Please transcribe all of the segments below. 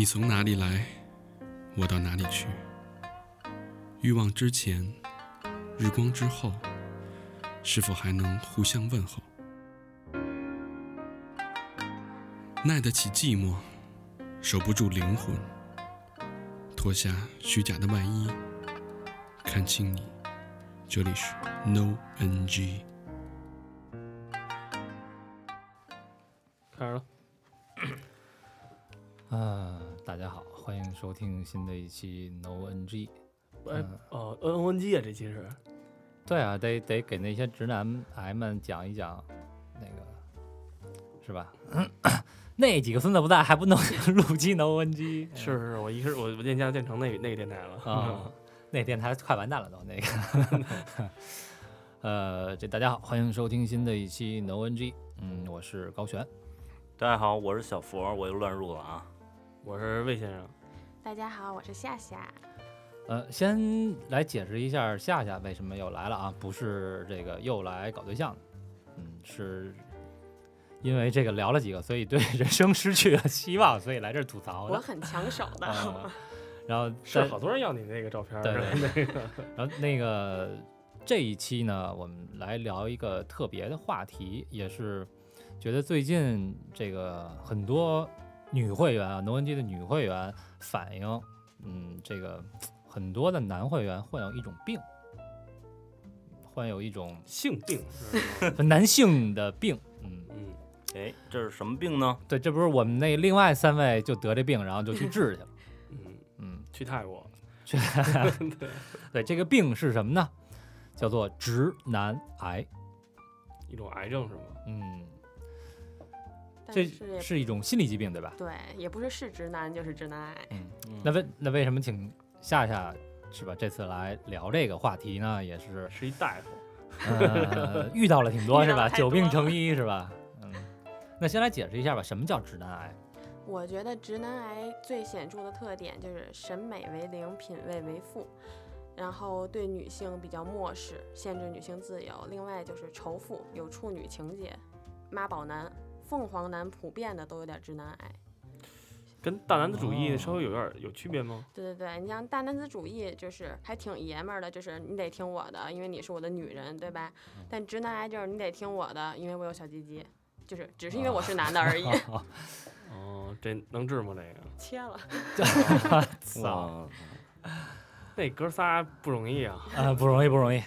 你从哪里来，我到哪里去。欲望之前，日光之后，是否还能互相问候？耐得起寂寞，守不住灵魂。脱下虚假的外衣，看清你。这里是 No NG。 开始了。 大家好，欢迎收听新的一期 No NG。 NNG 啊，这期是。 对啊，得给那些直男癌们讲一讲，那个是吧？那几个孙子不在，还不能录期 No NG。 是，我电家变成那个电台了啊，那电台快完蛋了都那个。大家好，欢迎收听新的一期 No NG。我是高璇。 大家好，我是小佛，我又乱入了啊。 我是魏先生。 大家好，我是夏夏。 先来解释一下夏夏为什么又来了啊？不是这个又来搞对象，是因为这个聊了几个，所以对人生失去了希望，所以来这儿吐槽的。 我很抢手的。 然后是好多人要你那个照片。 对，然后那个这一期呢，我们来聊一个特别的话题，也是觉得最近这个很多女会员啊，NoNG的女会员反映，这个很多的男会员患有一种病，患有一种性病， 男性的病。 这是什么病呢？ 对，这不是我们那另外3位就得这病，然后就去治去了。 去泰国。 对，这个病是什么呢？叫做直男癌， 一种癌症是吗？ 这是一种心理疾病，对吧？ 对，也不是直男就是直男癌。 那为什么请夏夏是吧？这次来聊这个话题呢，也是一大夫， 遇到了挺多是吧？ 久病成医是吧？那先来解释一下吧，什么叫直男癌？ 我觉得直男癌最显著的特点就是审美为零，品味为负，然后对女性比较漠视，限制女性自由。另外就是仇富，有处女情节，妈宝男、凤凰男，普遍的都有点直男癌。 跟大男子主义稍微有区别吗？ 对，你像大男子主义就是还挺爷们儿的，就是你得听我的，因为你是我的女人，对吧？但直男癌就是你得听我的，因为我有小鸡鸡，就是只是因为我是男的而已。 这能治吗？这个切了。 操， 那哥仨不容易啊！ 不容易。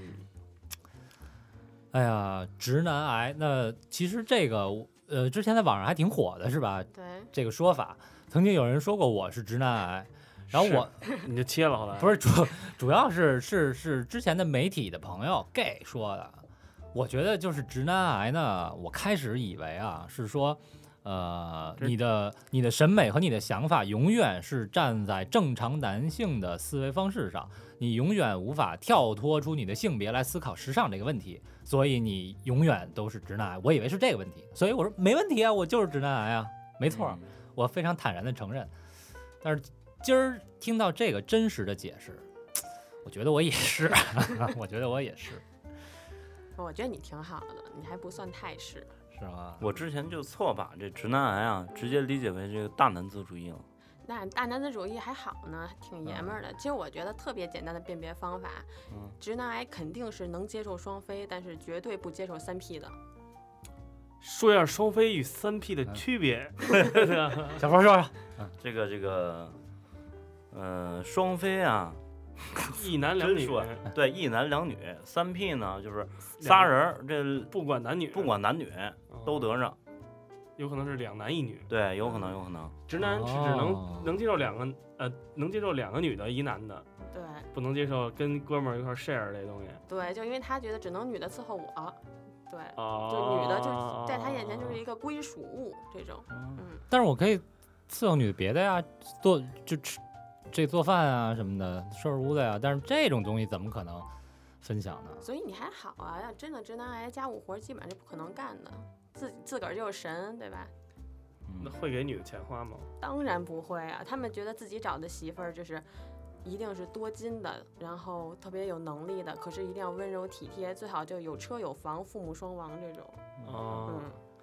哎呀，直男癌，那其实这个之前在网上还挺火的，是吧？ 对， 这个说法，曾经有人说过我是直男癌，然后你就切了后来。 不是主要是之前的媒体的朋友 gay 说的。我觉得就是直男癌呢，我开始以为啊是说。你的审美和你的想法永远是站在正常男性的思维方式上，你永远无法跳脱出你的性别来思考时尚这个问题，所以你永远都是直男癌。我以为是这个问题，所以我说没问题啊，我就是直男癌啊，没错，我非常坦然的承认。但是今儿听到这个真实的解释，我觉得我也是，我觉得你挺好的，你还不算太是。 是吗？ 我之前就错把这直男癌啊直接理解为这个大男子主义了。 那大男子主义还好呢，挺爷们儿的。其实我觉得特别简单的辨别方法，直男癌肯定是能接受双飞，但是绝对不接受3P 的。 说一下双飞与3P 的区别。 小佛说说。 这个双飞啊， 一男两女。 对，一男两女。3P 呢就是仨人，这不管男女都得上。 有可能是2男1女。 对，有可能。 直男是只能接受能接受2个女的1男的。 对。 不能接受跟哥们儿一块 share 这东西。 对，就因为他觉得只能女的伺候我。对。就女的就在他眼前就是一个归属物这种。 但是我可以伺候女别的呀，做饭啊什么的，收拾屋子呀，但是这种东西怎么可能分享呢？ 所以你还好啊，要真的直男癌，家务活基本上是不可能干的，自个儿就是神，对吧？ 那会给女的钱花吗？ 当然不会啊，他们觉得自己找的媳妇儿就是一定是多金的，然后特别有能力的，可是一定要温柔体贴，最好就有车有房，父母双亡这种。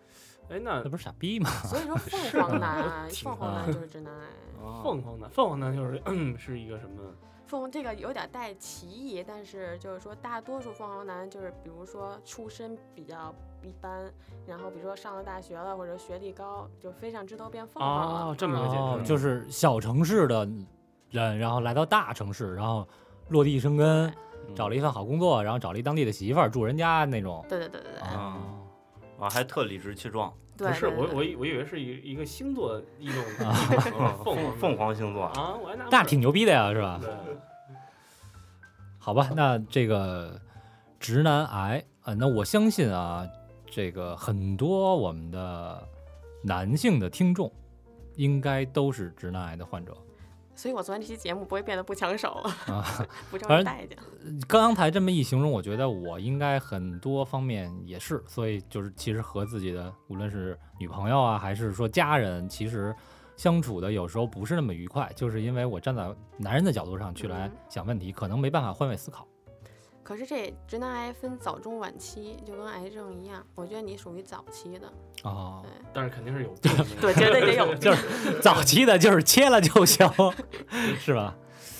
哎，那那不是傻逼吗？ 所以说凤凰男啊，凤凰男就是直男癌。 凤凰男就是是一个什么？ 凤凰这个有点带歧义，但是就是说大多数凤凰男就是比如说出身比较一般，然后比如说上了大学了或者学历高，就飞上枝头变凤凰了。 哦，这么个解释， 就是小城市的人，然后来到大城市，然后落地生根，找了一份好工作，然后找了一当地的媳妇儿住人家那种。 对。 还特理直气壮。 对， 不是我以为是一个星座一种凤凰星座啊，我还纳闷那挺牛逼的呀，是吧？ 对， 好吧，那这个直男癌那我相信啊，这个很多我们的男性的听众应该都是直男癌的患者。 所以我做完这期节目不会变得不抢手啊， 不招人待见。 刚才这么一形容，我觉得我应该很多方面也是，所以就是其实和自己的无论是女朋友啊，还是说家人，其实相处的有时候不是那么愉快，就是因为我站在男人的角度上去来想问题，可能没办法换位思考。 可是这直男癌分早中晚期，就跟癌症一样，我觉得你属于早期的哦， 但是肯定是有病的。 对，绝对得有病， 就是早期的，就是切了就行，是吧？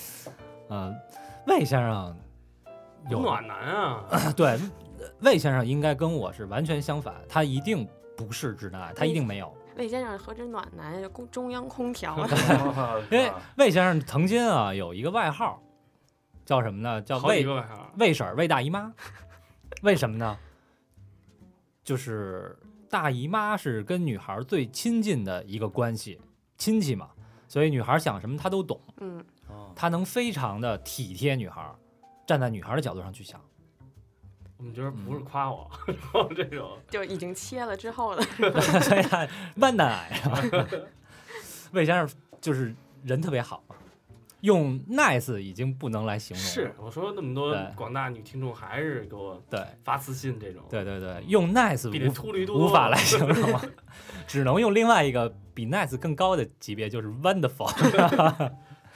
魏先生有暖男啊， 对，魏先生应该跟我是完全相反，他一定不是直男癌，他一定没有。 魏先生何止暖男，中央空调。 因为魏先生曾经啊有一个外号，叫什么呢？叫魏婶儿、魏大姨妈。为什么呢？就是大姨妈是跟女孩最亲近的一个关系，亲戚嘛，所以女孩想什么她都懂。她能非常的体贴女孩，站在女孩的角度上去想。 我们觉得不是夸我，这种就已经切了之后了。 所以万难癌啊。魏先生就是人特别好，用 nice 已经不能来形容了。 是，我说那么多广大女听众还是给我发私信这种。 对，用 nice 无法来形容，只能用另外一个比 nice 更高的级别，就是 wonderful。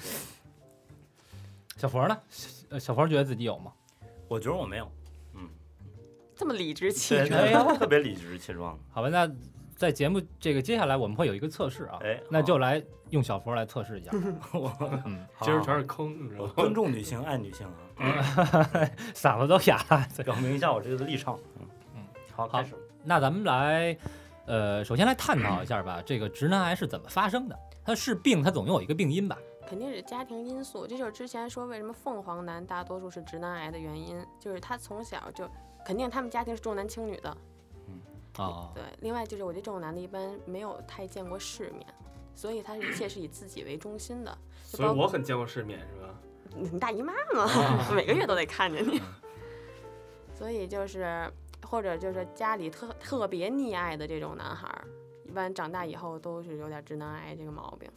小佛呢？小佛觉得自己有吗？ 我觉得我没有。 这么理直气壮，特别理直气壮。 好吧，那在节目这个接下来我们会有一个测试啊，那就来用小佛来测试一下。 今儿全是坑，你知道吗？ 尊重女性，爱女性啊， 嗓子都哑了， 表明一下我这个立场。好，开始。 那咱们来，首先来探讨一下吧，这个直男癌是怎么发生的？它是病，它总有一个病因吧？ 肯定是家庭因素，这就是之前说为什么凤凰男大多数是直男癌的原因，就是他从小就。肯定他们家庭是重男轻女的，对。另外就是我觉得这种男的一般没有太见过世面，所以他一切是以自己为中心的。 所以我很见过世面，是吧？ 你大姨妈嘛，每个月都得看见你。所以就是或者就是家里特别溺爱的这种男孩，一般长大以后都是有点直男癌这个毛病。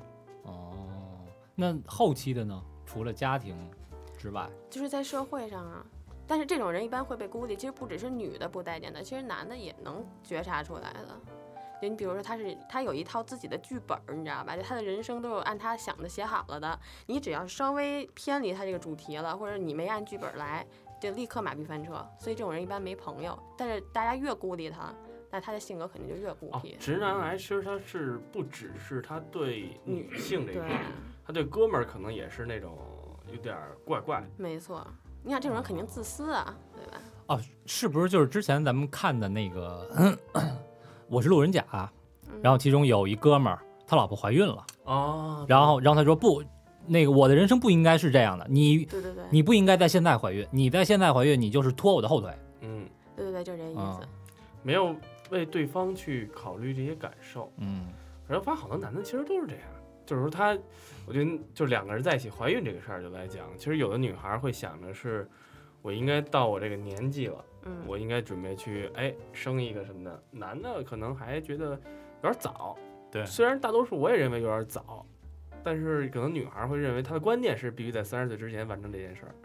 那后期的呢？除了家庭之外， 就是在社会上啊。但是这种人一般会被孤立，其实不只是女的不待见的，其实男的也能觉察出来的。就你比如说他有一套自己的剧本，你知道吧？就他的人生都有按他想的写好了的，你只要稍微偏离他这个主题了，或者你没按剧本来，就立刻马屁翻车。所以这种人一般没朋友。但是大家越孤立他，那他的性格肯定就越孤僻。 直男癌其实他是不只是他对女性这一块，他对哥们儿可能也是那种有点怪怪。 没错。你想这种人肯定自私啊，对吧？ 是不是就是之前咱们看的那个我是路人甲，然后其中有一哥们儿他老婆怀孕了然后他说不，那个我的人生不应该是这样的， 对， 你不应该在现在怀孕，你在现在怀孕你就是拖我的后腿。 对，就这意思。 没有为对方去考虑这些感受。然后发现好多男的其实都是这样，就是说我觉得就两个人在一起怀孕这个事儿就来讲，其实有的女孩会想着是，我应该到我这个年纪了，我应该准备去生一个什么的。男的可能还觉得有点早， 对， 虽然大多数我也认为有点早，但是可能女孩会认为她的观念是必须在30岁之前完成这件事儿。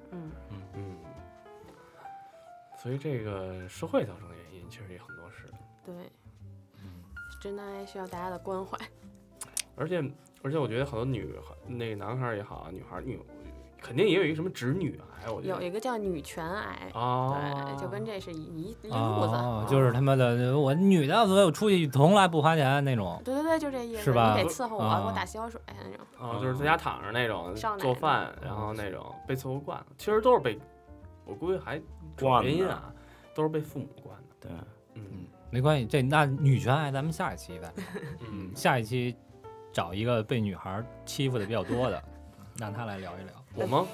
所以这个社会造成的原因其实也很多是。 对，直男癌需要大家的关怀。 而且我觉得很多那个男孩也好啊，女孩肯定也有一个什么直女癌，我觉得有一个叫女权癌，对，就就跟这是一路子。 就是他妈的我女的，所以我出去从来不花钱那种。 对对对，就这意思， 是吧？ 你得伺候我，给我打消水那种。 就是在家躺着那种做饭，然后那种被伺候惯了，其实都是被，我估计还惯原因啊，都是被父母惯的。 对， 没关系，那女权爱咱们下一期再，下一期找一个被女孩欺负的比较多的，让他来聊一聊。 我吗？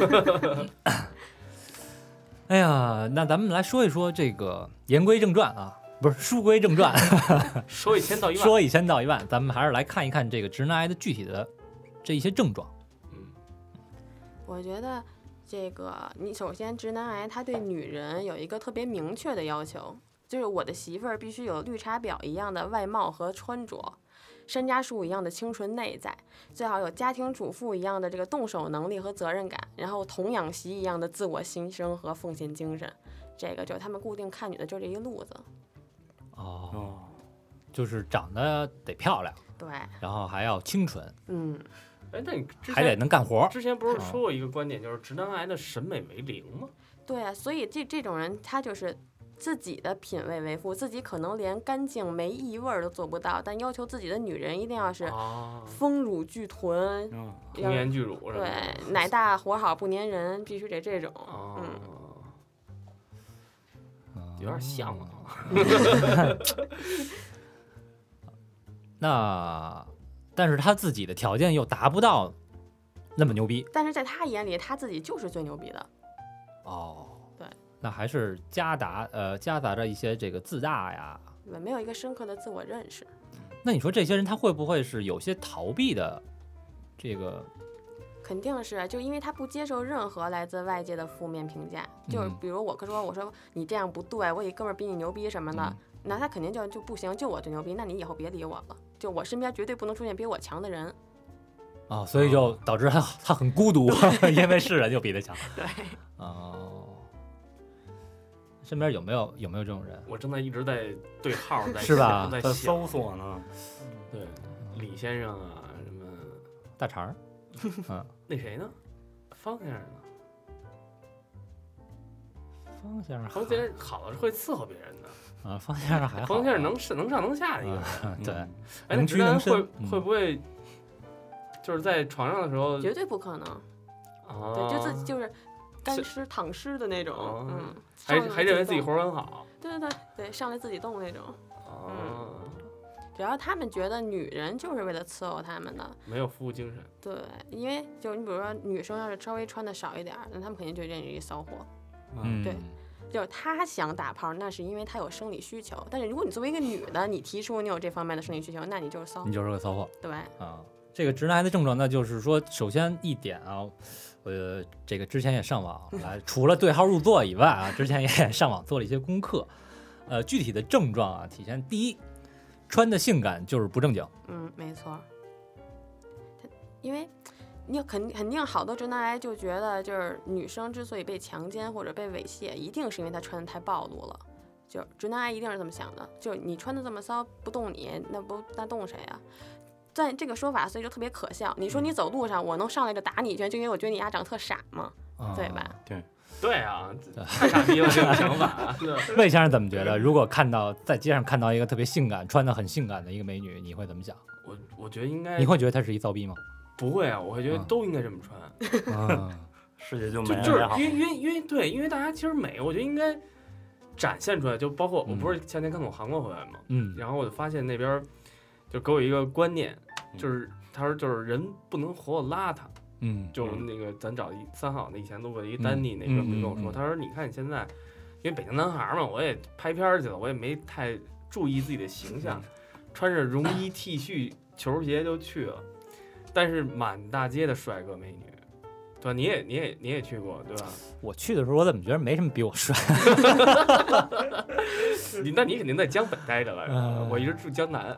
哎呀，那咱们来说一说这个言归正传啊，不是书归正传， 说一千道一万， 说一千道一万，咱们还是来看一看这个直男癌的具体的这一些症状。 我觉得这个你首先直男癌他对女人有一个特别明确的要求，就是我的媳妇儿必须有绿茶婊一样的外貌和穿着，山楂树一样的清纯内在，最好有家庭主妇一样的这个动手能力和责任感，然后童养媳一样的自我牺牲和奉献精神。这个就是他们固定看女的就这一路子。 就是长得得漂亮， 对， 然后还要清纯， 哎，那你还得能干活。 之前不是说过一个观点，就是直男癌的审美为零吗？ 对啊，所以这种人他就是自己的品味为负，自己可能连干净没异味都做不到，但要求自己的女人一定要是丰乳巨臀， 童颜巨乳， 对，奶大活好不粘人，必须得这种。 有点像啊。 但是他自己的条件又达不到那么牛逼， 但是在他眼里，他自己就是最牛逼的。对， 那还是夹杂着一些这个自大呀， 没有一个深刻的自我认识。 那你说这些人他会不会是有些逃避的？这个肯定是，就因为他不接受任何来自外界的负面评价，就是比如我说你这样不对，我一哥们儿比你牛逼什么的，那他肯定就不行，就我最牛逼，那你以后别理我了，就我身边绝对不能出现比我强的人。 所以就导致他很孤独，因为是人就比他强。 对。 身边有没有这种人？ 我正在一直在对号， 是吧？ 在搜索呢。 对，李先生啊，什么大肠那谁呢？方先生呢？ 方先生好的是会伺候别人的方先生还好。 方先生能上能下的一个人。 对， 能屈能伸。会不会就是在床上的时候？ 绝对不可能。对，就自己就是干尸躺尸的那种。 还认为自己活很好。 对，上来自己动那种。只要他们觉得女人就是为了伺候他们的， 没有服务精神。 对，因为就是你比如说女生要是稍微穿的少一点，那他们肯定就认为骚货。对，就是他想打炮，那是因为他有生理需求。但是如果你作为一个女的，你提出你有这方面的生理需求，那你就是骚， 你就是个骚货。 对这个直男癌的症状，那就是说，首先一点啊，这个之前也上网来，除了对号入座以外啊，之前也上网做了一些功课。具体的症状啊，体现第一，穿的性感就是不正经。 没错。因为你肯定好多直男癌就觉得，就是女生之所以被强奸或者被猥亵，一定是因为她穿的太暴露了。就直男癌一定是这么想的，就是你穿的这么骚不动你，那动谁啊？但这个说法所以就特别可笑。你说你走路上我能上来就打你一拳，就因为我觉得你家长特傻吗？对吧？ 对啊，太傻逼了这种想法。 魏先生怎么觉得？如果在街上看到一个特别性感、穿得很性感的一个美女，你会怎么想？ 我觉得应该。 你会觉得她是一骚逼吗？ 不会啊，我会觉得都应该这么穿。 世界就美了。 就是因为大家其实美，我觉得应该展现出来。就包括我不是前天刚从韩国回来嘛，然后我就发现那边就给我一个观念，就是他说就是人不能活得邋遢。就那个咱找3号那以前录过一个丹尼那个跟我说，他说你看你现在，因为北京男孩嘛，我也拍片去了，我也没太注意自己的形象，穿着绒衣 T 恤球鞋就去了，但是满大街的帅哥美女，对吧？你也去过对吧？ 我去的时候我怎么觉得没什么比我帅？ 那你肯定在江北待着了，我一直住江南。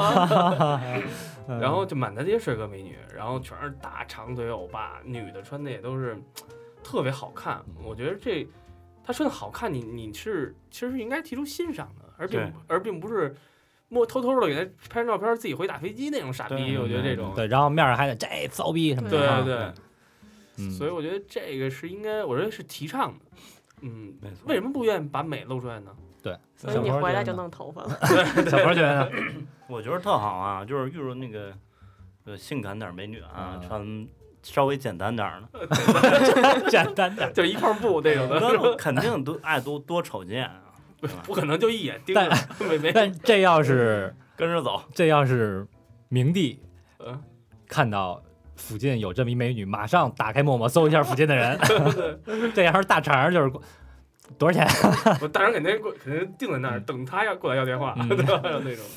然后就满大街帅哥美女，然后全是大长腿欧巴，女的穿的也都是特别好看。我觉得他穿的好看，你是其实是应该提出欣赏的，而并不是偷偷的给他拍张照片，自己回打飞机那种傻逼。我觉得这种对，然后面上还得这骚逼什么的。 对，所以我觉得这个是应该，我认为是提倡的， 为什么不愿意把美露出来呢？ 对， 所以你回来就弄头发了。 小佛觉得呢？ 我觉得特好啊，就是遇着那个性感点美女啊，穿稍微简单点的，简单点， 就一块布那种的， 肯定多瞅见啊， 不可能就一眼盯着。 但这要是跟着走， 这要是明帝，看到附近有这么一美女，马上打开陌陌搜一下附近的人。这要是大肠就是多少钱？ 我大肠肯定定在那儿，等他要过来要电话，对吧？那种。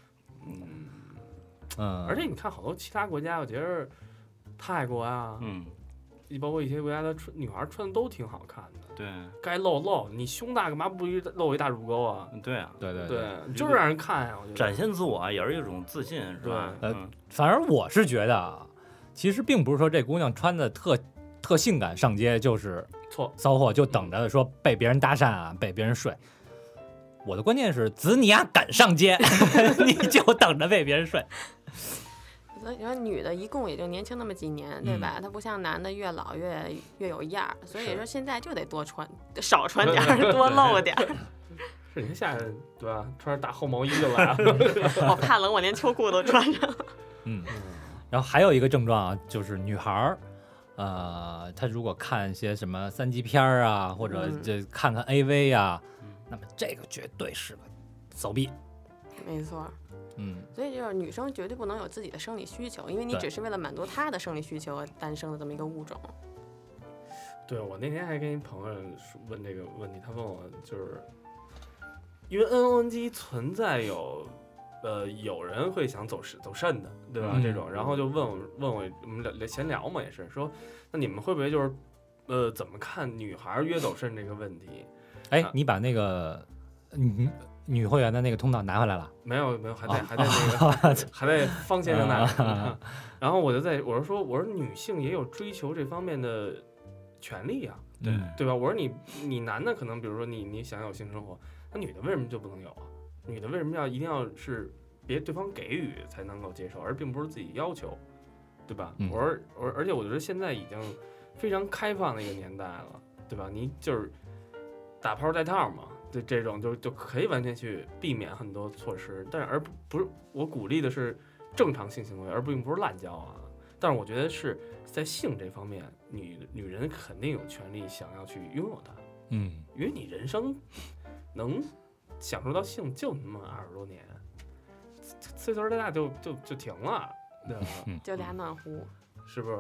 而且你看好多其他国家，我觉得泰国啊，包括一些国家的女孩穿的都挺好看的。 对， 该露，你胸大干嘛不露一大乳沟啊？ 对啊， 对， 就是让人看呀。我觉得展现自我也是一种自信，是吧？ 反而我是觉得啊，其实并不是说这姑娘穿的特性感上街就是错骚货，就等着说被别人搭讪啊，被别人睡。我的关键是，子你呀敢上街，你就等着被别人睡。 所以说，女的一共也就年轻那么几年，对吧？她不像男的越老越有样儿，所以说现在就得少穿点儿，多露点儿。 是你看夏天对吧？穿着大厚毛衣就来了。 我怕冷，我连秋裤都穿上。 然后还有一个症状啊，就是女孩儿，她如果看一些什么3级片啊，或者这看看 AV 啊，那么这个绝对是个骚逼。 没错。所以就是女生绝对不能有自己的生理需求，因为你只是为了满足她的生理需求而诞生的这么一个物种。 对，我那天还跟一朋友问这个问题，他问我就是因为 NONG 存在有人会想走肾的，对吧？这种，然后就问我们闲聊嘛，也是说，那你们会不会就是怎么看女孩约走肾这个问题？ 哎，你把那个女会员的那个通道拿回来了？ 没有，还在那个还在方先生那里。然后我就说女性也有追求这方面的权利啊，对吧？我说你男的可能比如说你想有性生活，那女的为什么就不能有啊？女的为什么一定要是对方给予才能够接受，而并不是自己要求，对吧？而且我觉得现在已经非常开放的一个年代了，对吧？你就是打炮带套嘛。这种就可以完全去避免很多措施，但是而不是我鼓励的是正常性行为，而并不是滥交啊。但是我觉得是在性这方面，女人肯定有权利想要去拥有它，因为你人生能享受到性就那么20多年，岁数太大就停了，对吧？ 就俩暖壶， 是不是？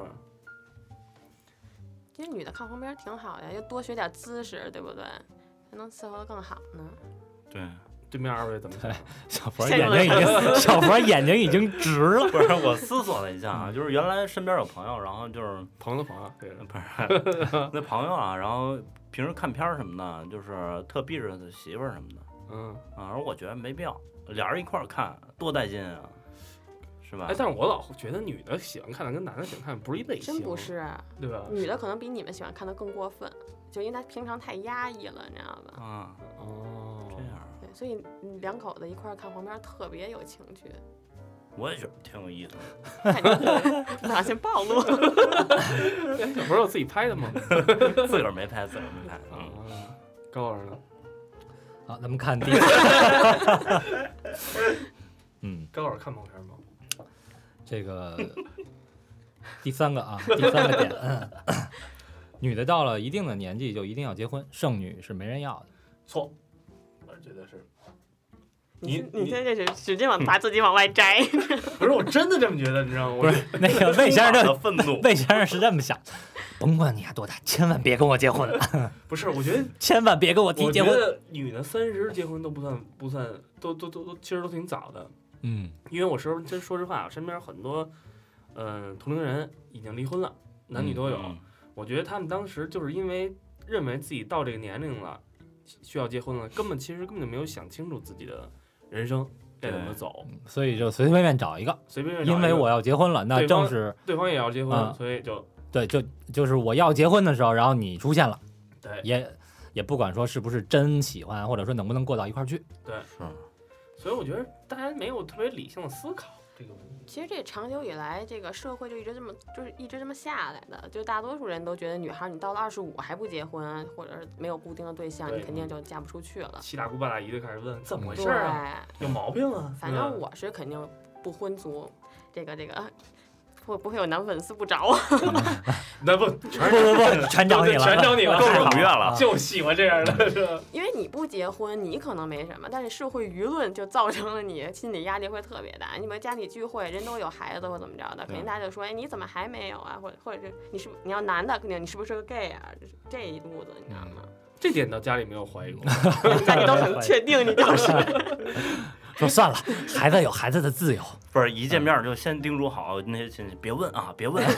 其实女的靠旁边挺好的，要多学点姿势，对不对？能伺候得更好呢。 对面二位怎么想？ 小佛眼睛已经直了。 不是，我思索了一下啊，就是原来身边有朋友，然后就是朋友，对， 不是那朋友啊，然后平时看片什么的，就是特避着他媳妇儿什么的，而我觉得没必要，俩人一块儿看多带劲啊，是吧？ 但是我老觉得女的喜欢看的跟男的喜欢看不是一类型， 真不是， 对吧？ 女的可能比你们喜欢看的更过分。就因为他平常太压抑了，你知道吧？ 这样。 对，所以两口子一块看黄片特别有情趣。 我也觉得挺有意思的。 不小心暴露。 不是我自己拍的吗？ 自个儿没拍。 高老师呢？ 好，咱们看第高老师看毛片吗？ 这个第三个点。女的到了一定的年纪就一定要结婚，剩女是没人要的。 错，我觉得是。 你现在这是使劲把自己往外摘。 不是，我真的这么觉得，你知道吗？ 不是那个魏先生的愤怒， 魏先生是这么想，甭管你还多大，千万别跟我结婚。 不是，我觉得千万别跟我提结婚。 我觉得女的30结婚都不算，都其实都挺早的。因为我说实话，我身边很多同龄人已经离婚了，男女都有。我觉得他们当时就是因为认为自己到这个年龄了，需要结婚了，根本就没有想清楚自己的人生该怎么走， 所以就随随便便找一个，因为我要结婚了，那正是对方也要结婚，所以就是我要结婚的时候，然后你出现了， 对， 也不管说是不是真喜欢，或者说能不能过到一块儿去， 对，是，所以我觉得大家没有特别理性的思考。 这个其实这长久以来，这个社会就一直这么下来的，就大多数人都觉得女孩你到了25还不结婚，或者是没有固定的对象，你肯定就嫁不出去了。 七大姑八大姨就开始问怎么回事啊，有毛病啊。 反正我是肯定不婚族，这个会不会有男粉丝不找我？ 那不全找你了， 全找你了， 够踊跃了， 就喜欢这样的，是吧？ 因为你不结婚，你可能没什么，但是社会舆论就造成了你心理压力会特别大。你们家里聚会，人都有孩子或怎么着的，肯定大家就说，哎，你怎么还没有啊？或者是你要男的，肯定你是不是个 gay 啊？这一路子，你知道吗？ 这点到家里没有怀疑过， 家里都很确定你就是。 说算了，孩子有孩子的自由， 不是一见面就先叮嘱好那些亲戚，别问啊，别问。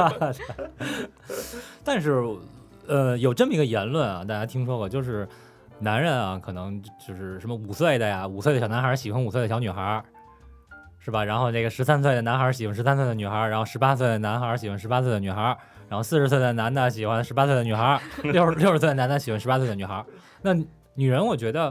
但是，有这么一个言论啊，大家听说过，就是男人啊，可能就是什么5岁的呀，5岁的小男孩喜欢5岁的小女孩，是吧？然后这个13岁的男孩喜欢13岁的女孩，然后18岁的男孩喜欢18岁的女孩，然后40岁的男的喜欢18岁的女孩，60岁的男的喜欢18岁的女孩。那女人，我觉得，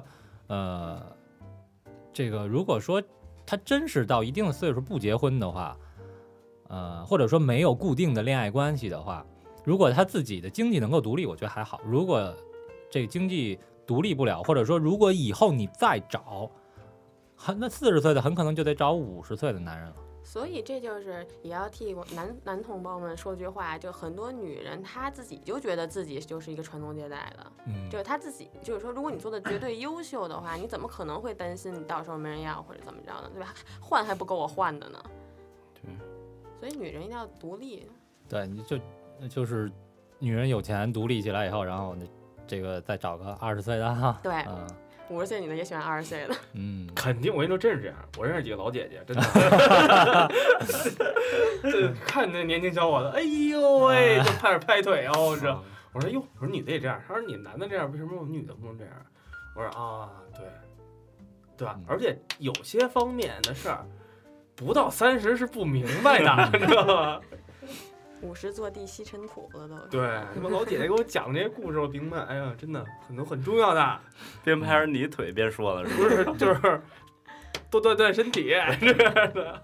这个如果说她真是到一定的岁数不结婚的话，或者说没有固定的恋爱关系的话，如果她自己的经济能够独立，我觉得还好。如果这个经济独立不了，或者说如果以后你再找，那40岁的很可能就得找50岁的男人了。 所以这就是也要替男同胞们说句话，就很多女人她自己就觉得自己就是一个传宗接代的，就是她自己就是说，如果你做的绝对优秀的话，你怎么可能会担心你到时候没人要或者怎么着呢？对吧？换还不够我换的呢。 对， 所以女人一定要独立。 对，你就是女人有钱独立起来以后，然后这个再找个20岁的哈。 对。50岁女的也喜欢20岁的， 肯定。我跟你说，真是这样。我认识几个老姐姐，真的，看那年轻小伙子，哎呦喂，就开始拍腿啊！我说哟，我说女的也这样，他说你男的这样，为什么我们女的不能这样？我说啊，对吧？而且有些方面的事儿，不到30是不明白的，你知道吗 ？50坐地吸尘土了都。 对，他们老姐姐给我讲这些故事，我明白，哎呀，真的很多很重要的。 边拍着你腿边说的， 不是就是多锻炼身体这样的。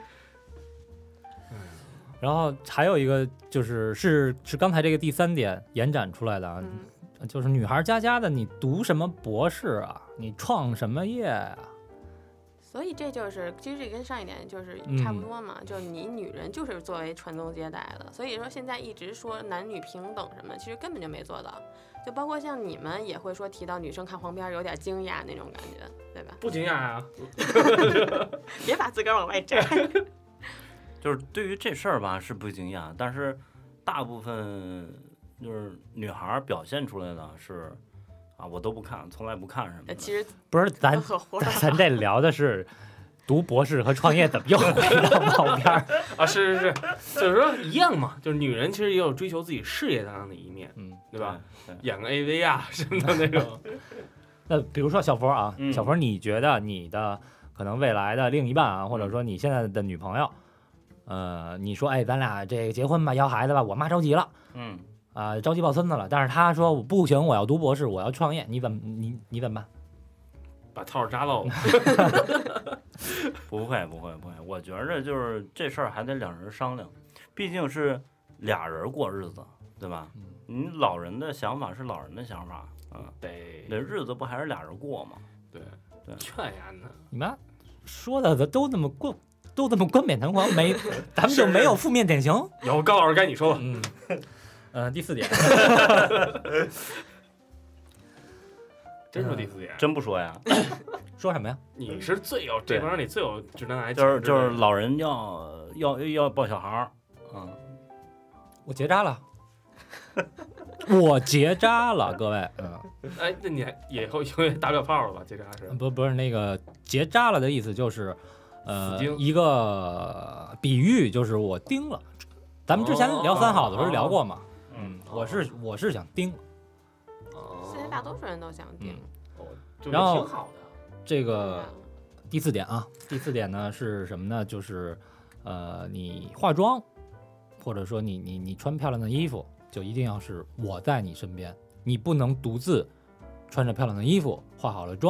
然后还有一个是刚才这个第3点延展出来的啊，就是女孩家的，你读什么博士啊？你创什么业啊？ 所以这就是其实这跟上一点就是差不多嘛，就是你女人就是作为传宗接代的，所以说现在一直说男女平等什么，其实根本就没做到。就包括像你们也会说提到女生看黄片有点惊讶那种感觉，对吧？ 不惊讶啊， 别把自个儿往外摘。 就是对于这事儿吧是不惊讶，但是大部分就是女孩表现出来的是。我都不看，从来不看什么的。 其实不是咱这聊的是读博士和创业怎么又回到毛片啊？是，就是说一样嘛，就是女人其实也有追求自己事业上的一面，对吧？演个 AV 啊什么的那种。 那比如说小佛啊，小佛，你觉得你的可能未来的另一半啊，或者说你现在的女朋友，你说哎，咱俩这个结婚吧，要孩子吧，我妈着急了，着急抱孙子了，但是他说我不行，我要读博士，我要创业，你怎么办？ 把套扎漏了。 不会，我觉着就是这事儿还得两人商量，毕竟是俩人过日子，对吧？你老人的想法是老人的想法，那日子不还是俩人过吗？ 对，劝呀呢， 你妈说的都那么冠冕堂皇，咱们就没有负面典型。 有高老师该你说吧。 第4点， 真说第4点， 真不说呀？ 说什么呀？ 你是这帮人里最有直男癌， 就是老人要抱小孩儿， 我结扎了，我结扎了，各位， 哎，那你以后打不了炮了吧？结扎是？ 不是那个结扎了的意思就是一个比喻，就是我钉了。咱们之前聊3好的时候聊过嘛。我是想钉， 现在大多数人都想钉， 然后挺好的。 这个第4点啊，第4点呢是什么呢？就是你化妆，或者说你穿漂亮的衣服，就一定要是我在你身边，你不能独自穿着漂亮的衣服，化好了妆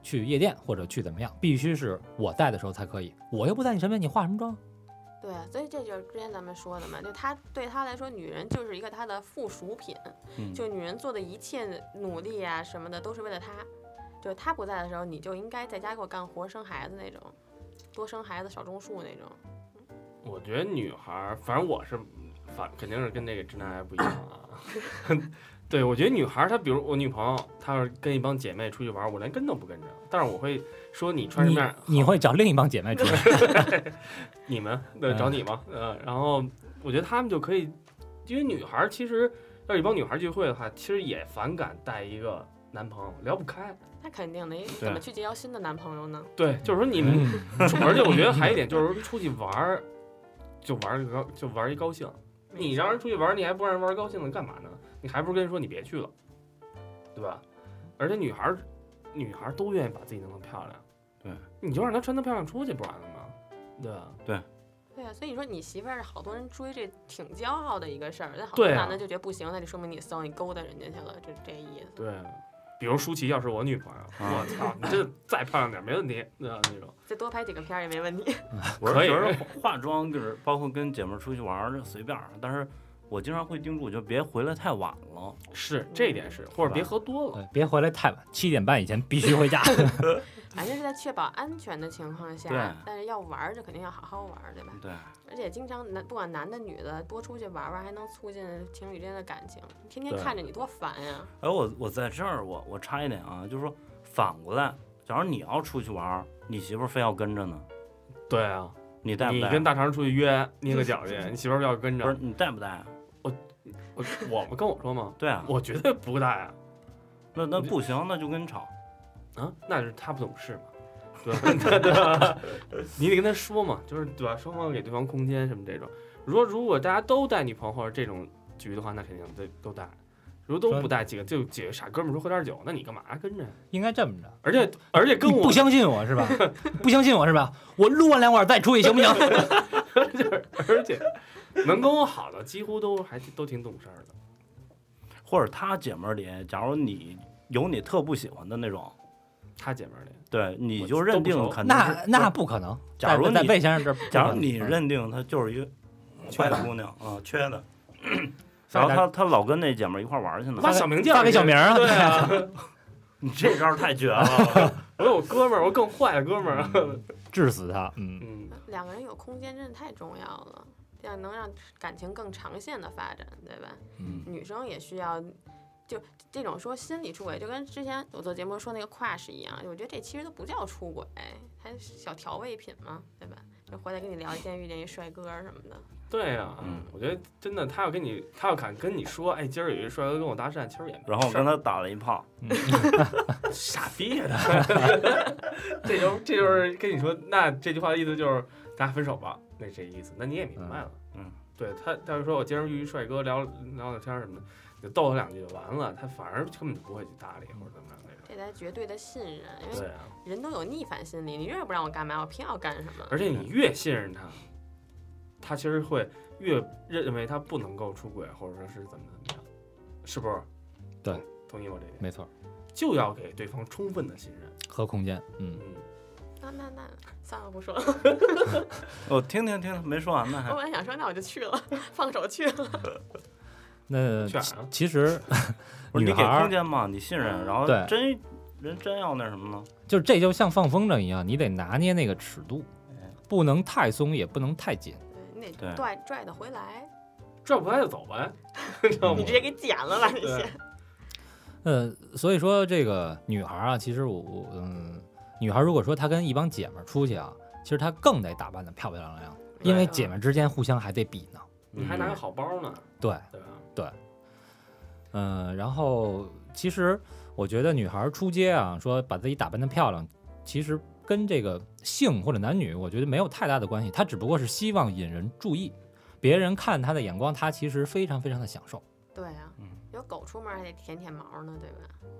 去夜店或者去怎么样，必须是我在的时候才可以。我又不在你身边，你化什么妆？ 对啊，所以这就是之前咱们说的嘛，就对他来说，女人就是一个他的附属品，就女人做的一切努力啊什么的都是为了他，就是他不在的时候，你就应该在家给我干活生孩子那种，多生孩子少种树那种。 我觉得女孩，反正我是肯定是跟这个直男癌不一样啊。对，我觉得女孩她，比如我女朋友，她要是跟一帮姐妹出去玩，我连跟都不跟着，但是我会说你穿什么样， 你会找另一帮姐妹出来， 你们找你吗？然后我觉得她们就可以，因为女孩其实要一帮女孩聚会的话，其实也反感带一个男朋友，聊不开。 那肯定的，怎么去结交新的男朋友呢？ 对，就是说你们，而且我觉得还有一点就是说出去玩，就玩一高兴。你让人出去玩，你还不让人玩高兴了，干嘛呢？你还不如跟人说你别去了，对吧？而且女孩都愿意把自己弄得漂亮， 对， 你就让她穿得漂亮出去不完了吗？对吧？ 对。 对啊，所以你说你媳妇儿好多人追，这挺骄傲的一个事儿。但好多男的就觉得不行，那就说明你骚，你勾搭人家去了，就这意思。 对，比如舒淇要是我女朋友，我操，你这再漂亮点没问题，那种。 再多拍几个片也没问题。 我是觉得化妆就是包括跟姐妹出去玩就随便，但是我经常会叮嘱，就别回来太晚了。 是这一点是，或者别喝多了， 别回来太晚，7点半以前必须回家。 反正是在确保安全的情况下，但是要玩就肯定要好好玩，对吧？ 对。 而且经常不管男的女的多出去玩玩，还能促进情侣之间的感情。天天看着你多烦呀！ 而我在这儿我插一点啊，就是说反过来，假如你要出去玩，你媳妇非要跟着呢？ 对啊， 你带不带？ 你跟大肠出去约捏个脚去，你媳妇要跟着， 不是你带不带啊？ 我们跟我说吗？ 对啊， 我绝对不带啊。 那不行，那就跟你吵啊，那是他不懂事嘛，对吧？你得跟他说嘛，就是对吧？双方给对方空间什么这种。如果大家都带女朋友或者这种局的话，那肯定都带。如果都不带，几个傻哥们说喝点酒，那你干嘛跟着？ 应该这么着。 而且跟我不相信我是吧？不相信我是吧？我撸完2碗再出去行不行？ 而且能跟我好的几乎都挺懂事的。 或者他姐妹里，假如你有你特不喜欢的那种， 他姐妹里， 对，你就认定肯定那不可能。 假如在魏先生这， 假如你认定她就是一个坏姑娘啊，缺的。然后他老跟那姐们一块玩去呢， 发小名发给小名啊！ 对啊， 你这招太绝了！ 我有哥们儿，我更坏的哥们儿， 治死他。 两个人有空间真的太重要了，这样能让感情更长线的发展，对吧？女生也需要，就这种说心理出轨，就跟之前我做节目说那个crush一样，我觉得这其实都不叫出轨，还是小调味品嘛，对吧？就回来跟你聊天遇见一帅哥什么的。 对呀，我觉得真的，他要敢跟你说，哎，今儿有一帅哥跟我搭讪，其实也， 然后跟他打了一炮， 傻逼的，这就是跟你说，那这句话的意思就是咱俩分手吧，那这意思，那你也明白了，对他就说我今儿遇一帅哥聊聊天什么的，就逗他2句就完了，他反而根本就不会去搭理或者怎么样那种。 这才绝对的信任，因为人都有逆反心理，你越不让我干嘛，我偏要干什么。 而且你越信任他，他其实会越认为他不能够出轨，或者说是怎么样，是不是？ 对， 同意我这点。 没错， 就要给对方充分的信任和空间。 那算了，不说了。 我听，没说完呢。 我本来想说，那我就去了，放手去了。 那其实你给空间嘛，你信任，然后真要那什么呢？ 就是这就像放风筝一样，你得拿捏那个尺度，不能太松，也不能太紧。 你得拽得回来， 拽不回来就走呗。 你直接给剪了吧，你先。 所以说这个女孩啊，其实女孩如果说她跟一帮姐妹出去啊，其实她更得打扮得漂漂亮亮，因为姐妹之间互相还得比呢。 你还拿个好包呢。 对吧？ 对。然后其实我觉得女孩出街啊，说把自己打扮得漂亮，其实跟这个性或者男女，我觉得没有太大的关系。她只不过是希望引人注意，别人看她的眼光，她其实非常非常的享受。 对啊，有狗出门还得舔毛呢，对吧？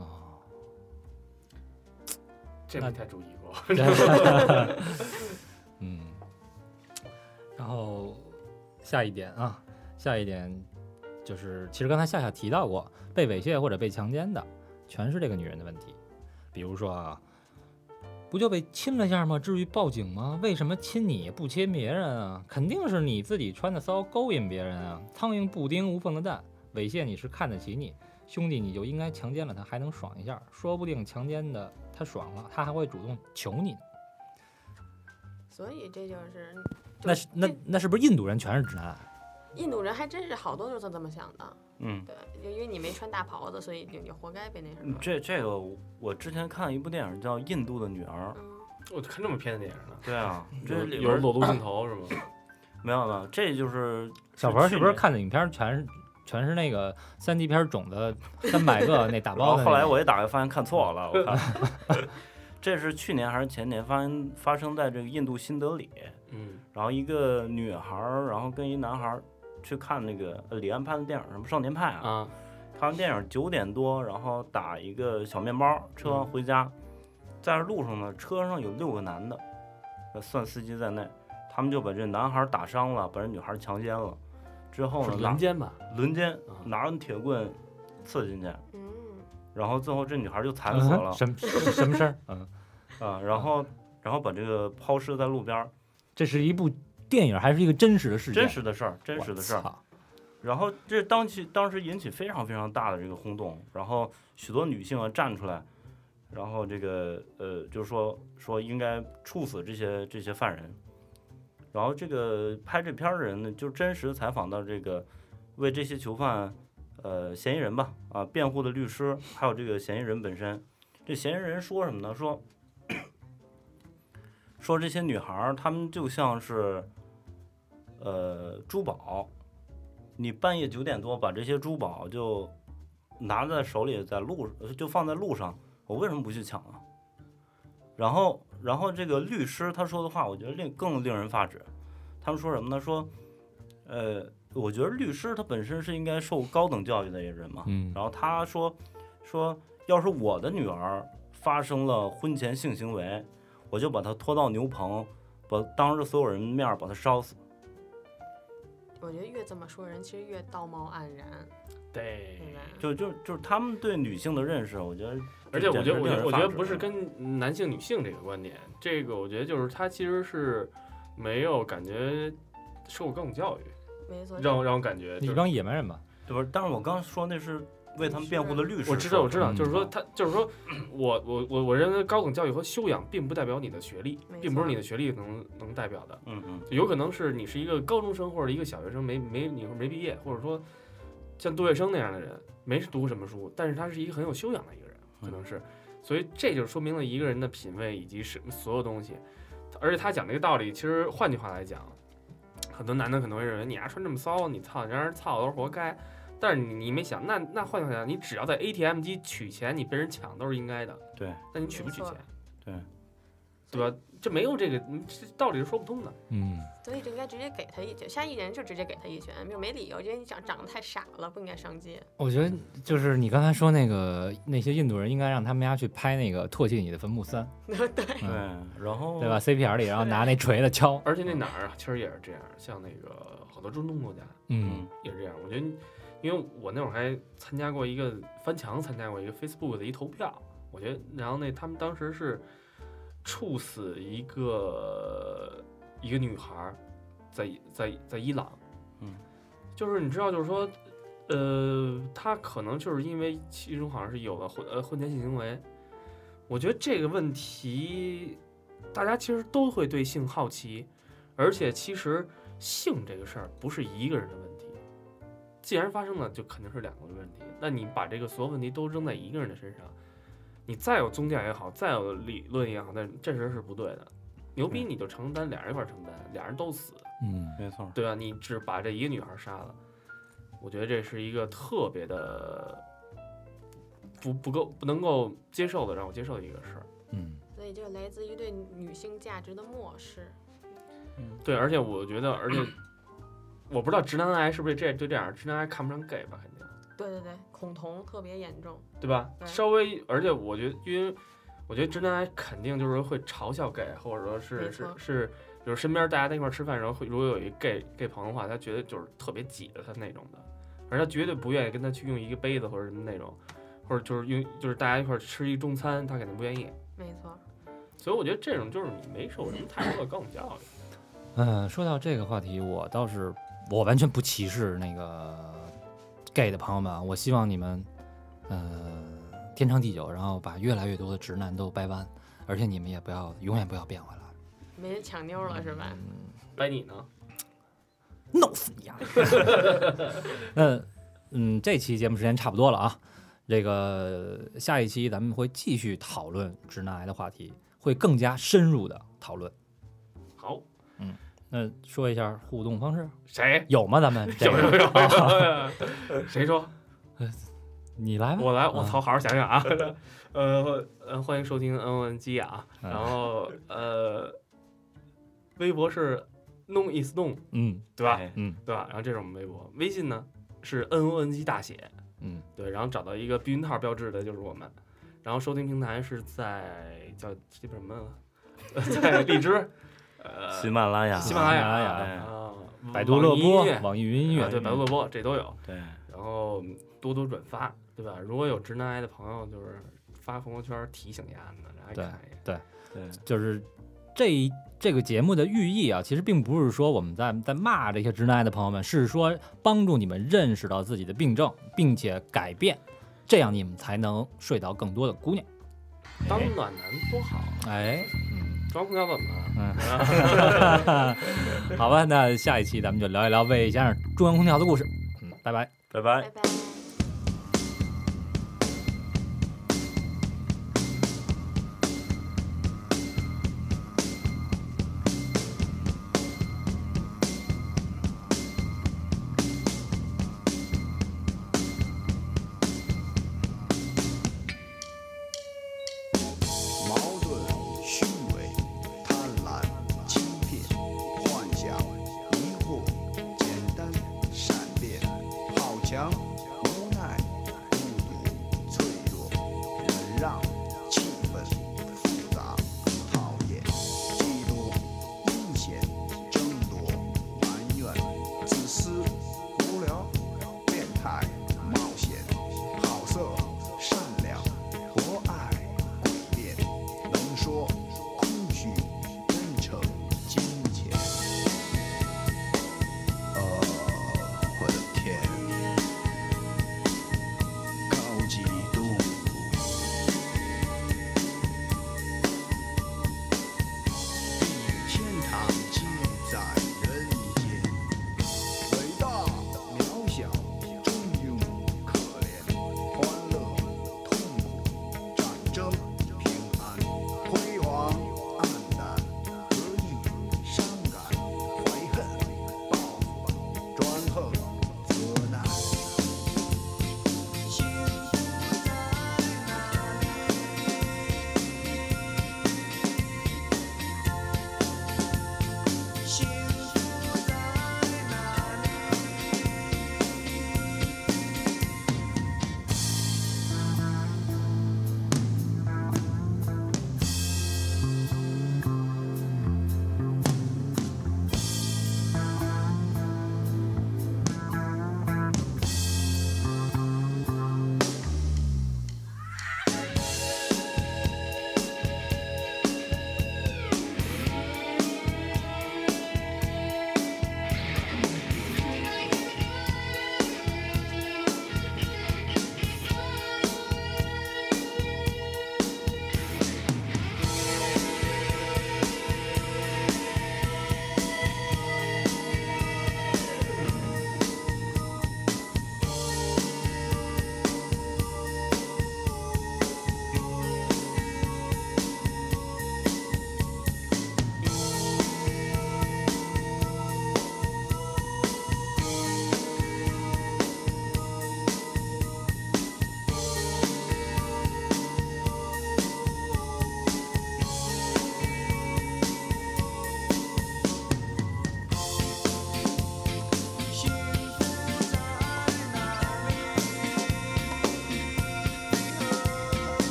这没太注意过。 然后下一点就是，其实刚才夏提到过，被猥亵或者被强奸的，全是这个女人的问题。比如说啊， 不就被亲了下吗？至于报警吗？为什么亲你不亲别人啊？肯定是你自己穿的骚勾引别人啊！苍蝇不叮无缝的蛋，猥亵你是看得起你，兄弟你就应该强奸了他，还能爽一下，说不定强奸的他爽了，他还会主动求你呢。 所以这就是那是不是印度人全是直男癌？ 印度人还真是好多都是这么想的。对，就因为你没穿大袍子，所以你活该被那什么。 这个我之前看了一部电影叫《印度的女儿》， 我看这么偏的电影呢？ 对啊，这里有人裸露镜头是吗？ 没有，这就是小鹏是不是看的影片全是那个3D 片种的300个那打包的？ 后来我一打开发现看错了，我看这是去年还是前年发生在这个印度新德里，然后一个女孩然后跟一男孩去看那个李安拍的电影什么少年派啊，看完电影9点多，然后打一个小面包车回家，在路上呢，车上有6个男的，算司机在内，他们就把这男孩打伤了，把这女孩强奸了，之后呢， 轮奸吧， 轮奸，拿着铁棍刺进去，然后最后这女孩就惨死了， 什么事儿？ 然后把这个抛尸在路边。 这是一部电影还是一个真实的事件？ 真实的事儿。然后这当时引起非常非常大的这个轰动，然后许多女性站出来，然后这个就是说应该处死这些犯人。然后这个拍这片的人呢，就真实采访到这个为这些囚犯嫌疑人吧辩护的律师，还有这个嫌疑人本身。这嫌疑人说什么呢？说这些女孩她们就像是珠宝，你半夜9点多把这些珠宝就拿在手里，就放在路上，我为什么不去抢啊？然后这个律师他说的话，我觉得更令人发指。他们说什么呢？说我觉得律师他本身是应该受高等教育的人嘛。然后他说要是我的女儿发生了婚前性行为，我就把她拖到牛棚，当着所有人面把她烧死。 我觉得越这么说，人其实越道貌岸然。 对， 就是他们对女性的认识，我觉得， 而且我觉得不是跟男性女性这个观点，这个我觉得就是他其实是没有感觉受过高等教育， 没错， 让我感觉你帮野蛮人吧， 对不是？但是我刚说那是为他们辩护的律师， 我知道，就是说他就是说我认为高等教育和修养并不代表你的学历，并不是你的学历能代表的，有可能是你是一个高中生或者一个小学生没毕业，或者说像杜月笙那样的人没读什么书，但是他是一个很有修养的一个人，可能是，所以这就说明了一个人的品味以及是所有东西，而且他讲这个道理，其实换句话来讲，很多男的可能会认为你穿这么骚，你操，让人操都是活该。但是你没想，那换句话讲，你只要在 ATM 机取钱，你被人抢都是应该的。 对， 那你取不取钱？ 对吧？这没有这个道理是说不通的。 所以就应该直接给他一拳，下一人就直接给他一拳，就没理由，因为你长得太傻了，不应该上街。 我觉得就是你刚才说那些印度人应该让他们家去拍那个《唾弃你的坟墓3》。 对， 然后对吧 ？CPR 里，然后拿那锤子敲。 而且那哪儿其实也是这样，像那个好多中东国家，也是这样。我觉得，因为我那会儿还参加过一个Facebook 的一投票，我觉得，然后他们当时是处死一个女孩，在伊朗，就是你知道，就是说，她可能就是因为其中好像是有了婚前性行为，我觉得这个问题，大家其实都会对性好奇，而且其实性这个事儿不是一个人的问题，既然发生了，就肯定是2个问题。那你把这个所有问题都扔在一个人的身上，你再有宗教也好，再有理论也好，但这事是不对的。牛逼你就承担，俩人一块承担，俩人都死， 没错， 对吧？你只把这一个女孩杀了，我觉得这是一个特别的不能够接受的，让我接受的一个事儿。 所以就来自于对女性价值的漠视。 对，而且我觉得，我不知道直男癌是不是这样，直男癌看不上 gay 吧，肯定。 对，恐同特别严重， 对吧？稍微，而且我觉得，因为我觉得直男癌肯定就是会嘲笑 gay， 或者说是，比如身边大家在一块吃饭，然后如果有一 gay 朋友的话，他觉得就是特别挤着他那种的，而他绝对不愿意跟他去用一个杯子或者什么那种，或者就是大家一块吃一中餐，他肯定不愿意。 没错。 所以我觉得这种就是你没受什么太多的高等教育。 说到这个话题，我完全不歧视那个 gay 的朋友们，我希望你们天长地久，然后把越来越多的直男都掰弯，而且你们也永远不要变回来。 没人抢妞了是吧？ 掰你呢？ 弄死你啊！这期节目时间差不多了啊，这个下一期咱们会继续讨论直男癌的话题，会更加深入的讨论。 好， 那说一下互动方式， 谁有吗？咱们有。谁说？ 你来吧。 我来，我操，好好想想啊。欢迎收听恩恩基雅，然后微博是 known is known， 对吧？对吧？然后这是我们微博，微信呢是 NON 基大写，对，然后找到一个避孕套标志的就是我们，然后收听平台是在叫这什么，在荔枝， 喜马拉雅， 百度乐播、网易云音乐， 对，百度乐播这都有， 对， 然后多多转发，对吧？如果有直男癌的朋友，就是发朋友圈提醒一下子，大家看一眼， 对，就是这个节目的寓意啊，其实并不是说我们在骂这些直男癌的朋友们，是说帮助你们认识到自己的病症，并且改变，这样你们才能睡到更多的姑娘。 当暖男多好，装空调怎么了？好吧，那下一期咱们就聊一聊魏先生中央空调的故事。拜拜， 拜拜。 拜拜。